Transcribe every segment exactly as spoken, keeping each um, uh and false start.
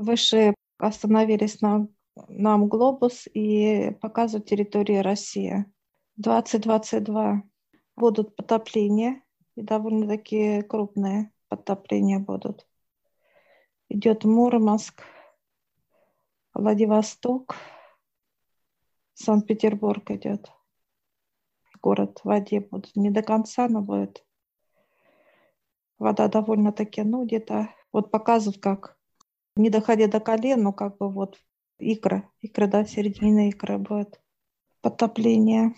Выше остановились на нам глобус и показывают территории России. двадцать двадцать два будут потопления, и довольно-таки крупные потопления будут. Идет Мурманск, Владивосток, Санкт-Петербург идет. Город в воде будет. Не до конца, но будет. Вода довольно-таки, ну, где-то, вот показывают, как не доходя до колен, но как бы вот икра, икра до середины икры будет. Потопление.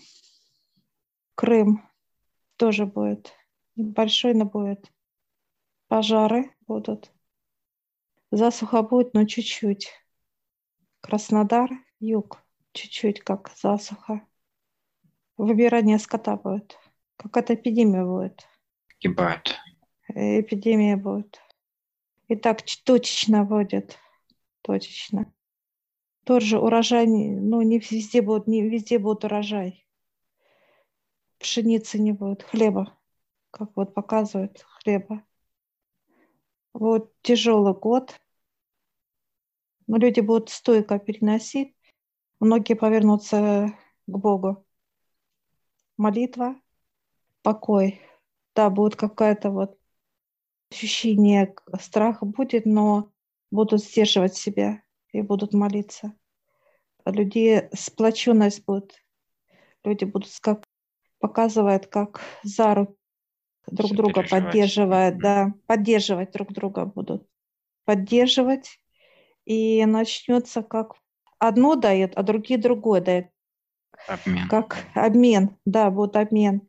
Крым тоже будет. Небольшой, но будет. Пожары будут. Засуха будет, но чуть-чуть. Краснодар, юг. Чуть-чуть как засуха. Выбирание скота будет. Какая-то эпидемия будет. Погибают. Эпидемия будет. И так точечно будет. Точечно. Тоже урожай, ну, не везде будет, не везде будет урожай. Пшеницы не будет, хлеба, как вот показывают, хлеба. Вот тяжелый год. Но люди будут стойко переносить. Многие повернутся к Богу. Молитва, покой. Да, будет какая-то вот ощущение страха будет, но будут сдерживать себя и будут молиться. А людей сплоченность будет. Люди будут как показывают, как за руку друг друга поддерживают, да, поддерживать друг друга будут. Поддерживать. И начнется как одно дает, а другие другое дает. Обмен. Как обмен, да, будет обмен.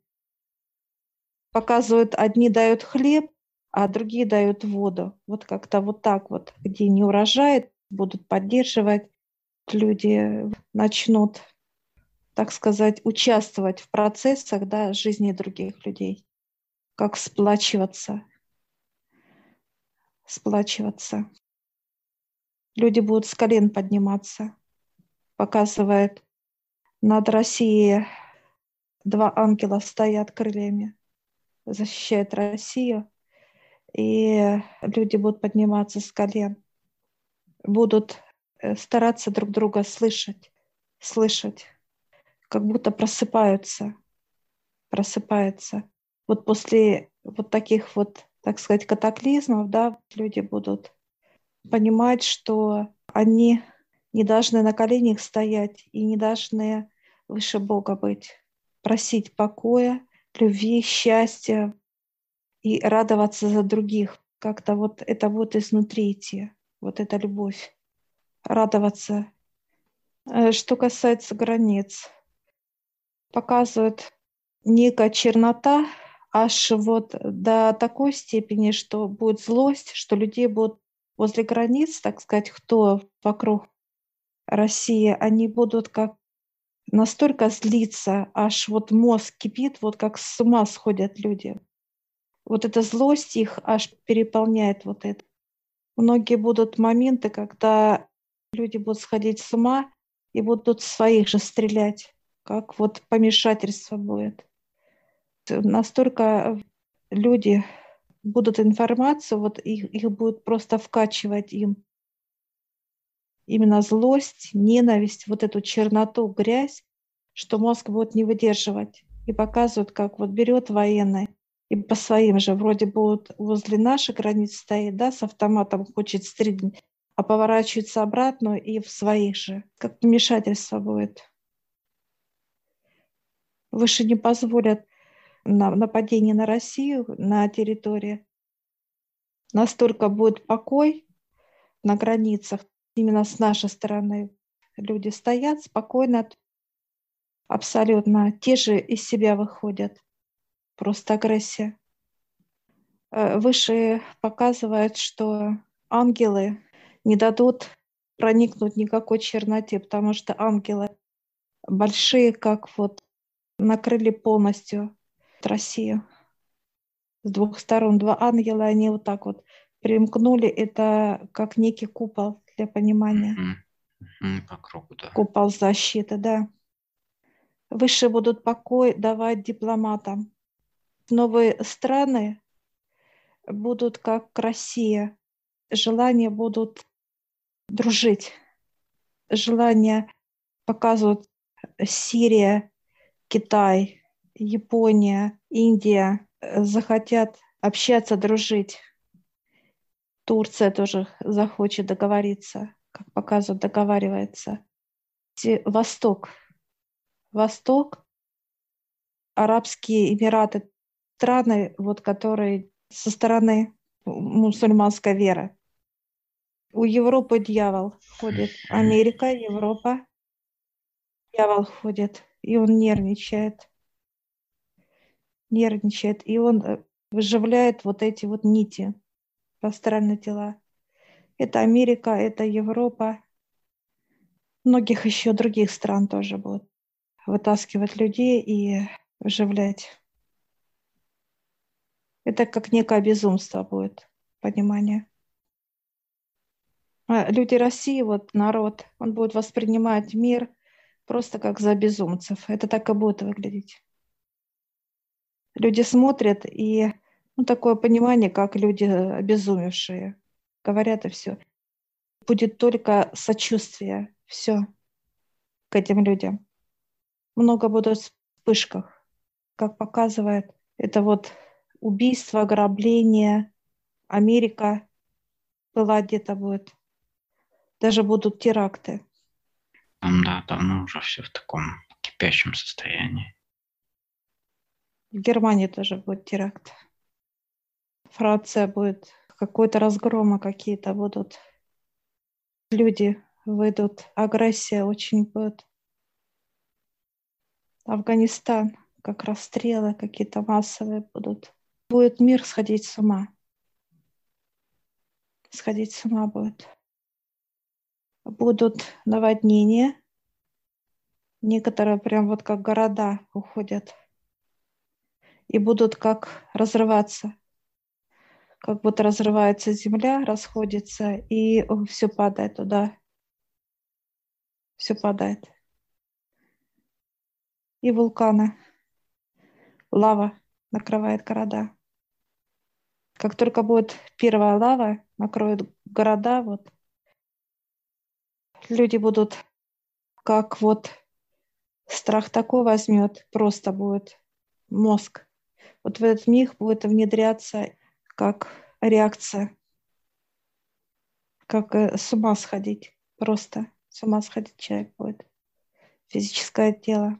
Показывают, одни дают хлеб, а другие дают воду. Вот как-то вот так вот, где не урожай, будут поддерживать, люди начнут, так сказать, участвовать в процессах, да, жизни других людей. Как сплачиваться. Сплачиваться. Люди будут с колен подниматься. Показывает, над Россией два ангела стоят крыльями, защищают Россию. И люди будут подниматься с колен. Будут стараться друг друга слышать. Слышать. Как будто просыпаются. Просыпаются. Вот после вот таких вот, так сказать, катаклизмов, да, люди будут понимать, что они не должны на коленях стоять и не должны выше Бога быть. Просить покоя, любви, счастья и радоваться за других. Как-то вот это вот изнутри идти. Вот эта любовь. Радоваться. Что касается границ, показывает некая чернота, аж вот до такой степени, что будет злость, что людей будут возле границ, так сказать, кто вокруг России, они будут как настолько злиться, аж вот мозг кипит, вот как с ума сходят люди. Вот эта злость их аж переполняет вот это. Многие будут моменты, когда люди будут сходить с ума и будут своих же стрелять, как вот помешательство будет. Настолько люди будут информацию, вот их, их будут просто вкачивать им. Именно злость, ненависть, вот эту черноту, грязь, что мозг будет не выдерживать. И показывают, как вот берет военный, и по своим же вроде будут возле нашей границы стоит, да, с автоматом хочет стрелять, а поворачивается обратно и в своих же. Как помешательство будет. Выше не позволят нападение на Россию, на территории. Настолько будет покой на границах, именно с нашей стороны. Люди стоят спокойно, абсолютно. Те же из себя выходят. Просто агрессия. Выше показывает, что ангелы не дадут проникнуть никакой черноте, потому что ангелы большие, как вот накрыли полностью Россию. С двух сторон два ангела, они вот так вот примкнули. Это как некий купол для понимания. Mm-hmm. Mm-hmm. По кругу, да. Купол защиты, да. Выше будут покой давать дипломатам. Новые страны будут как Россия. Желания будут дружить, желание показывать Сирия, Китай, Япония, Индия э, захотят общаться, дружить. Турция тоже захочет договориться, как показывают, договаривается. Те- Восток. Восток, Арабские Эмираты, страны, вот, которые со стороны мусульманской веры. У Европы дьявол ходит. Америка, Европа, дьявол ходит. И он нервничает. Нервничает. И он э, выживляет вот эти вот нити по астральные тела. Это Америка, это Европа. Многих еще других стран тоже будут вытаскивать людей и оживлять. Это как некое безумство будет, понимание. А люди России, вот народ, он будет воспринимать мир просто как за безумцев. Это так и будет выглядеть. Люди смотрят, и ну, такое понимание, как люди обезумевшие, говорят и все. Будет только сочувствие, все к этим людям. Много будут вспышках, как показывает. Это вот убийство, ограбление, Америка была где-то будет. Даже будут теракты. Там, да, давно уже все в таком кипящем состоянии. В Германии тоже будет теракт. Франция будет какой-то разгрома, какие-то будут. Люди выйдут. Агрессия очень будет. Афганистан, как расстрелы какие-то массовые будут. Будет мир сходить с ума. Сходить с ума будет. Будут наводнения. Некоторые прям вот как города уходят. И будут как разрываться. Как будто разрывается земля, расходится, и все падает туда. Все падает. И вулканы. Лава накрывает города. Как только будет первая лава, накроет города, вот, люди будут, как вот страх такой возьмет, просто будет мозг. Вот в этот миг будет внедряться как реакция, как э, с ума сходить, просто с ума сходить человек будет, физическое тело.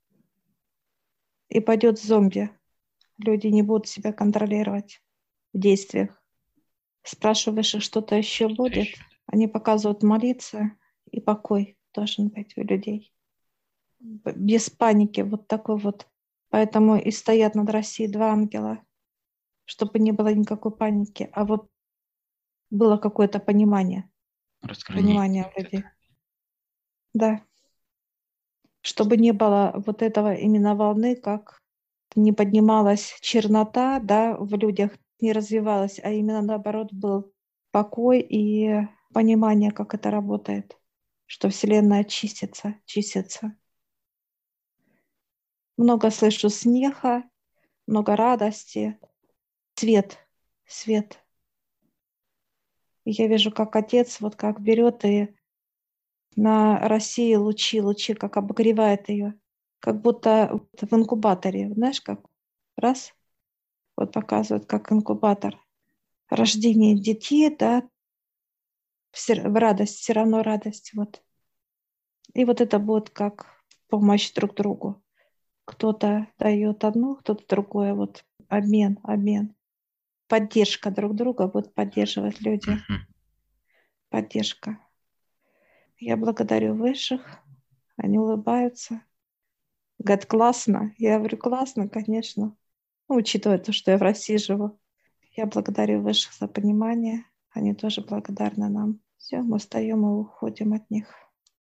И пойдет зомби. Люди не будут себя контролировать в действиях. Спрашиваешь, их, что-то еще будет, они показывают молиться, и покой должен быть у людей. Без паники, вот такой вот. Поэтому и стоят над Россией два ангела, чтобы не было никакой паники, а вот было какое-то понимание. Понимание у людей. Да. Чтобы не было вот этого именно волны, как не поднималась чернота, да, в людях не развивалась, а именно наоборот был покой и понимание, как это работает, что Вселенная чистится, чистится. Много слышу смеха, много радости, свет, свет. И я вижу, как Отец вот как берет и на России лучи, лучи, как обогревает ее, как будто в инкубаторе, знаешь, как раз, вот показывает, как инкубатор. Рождение детей, да, в радость, все равно радость, вот. И вот это будет как помощь друг другу. Кто-то дает одно, кто-то другое, вот обмен, обмен. Поддержка друг друга будет поддерживать люди. Uh-huh. Поддержка. Я благодарю высших, они улыбаются. Говорят, классно. Я говорю, классно, конечно. Ну, учитывая то, что я в России живу. Я благодарю высших за понимание. Они тоже благодарны нам. Все, мы встаем и уходим от них.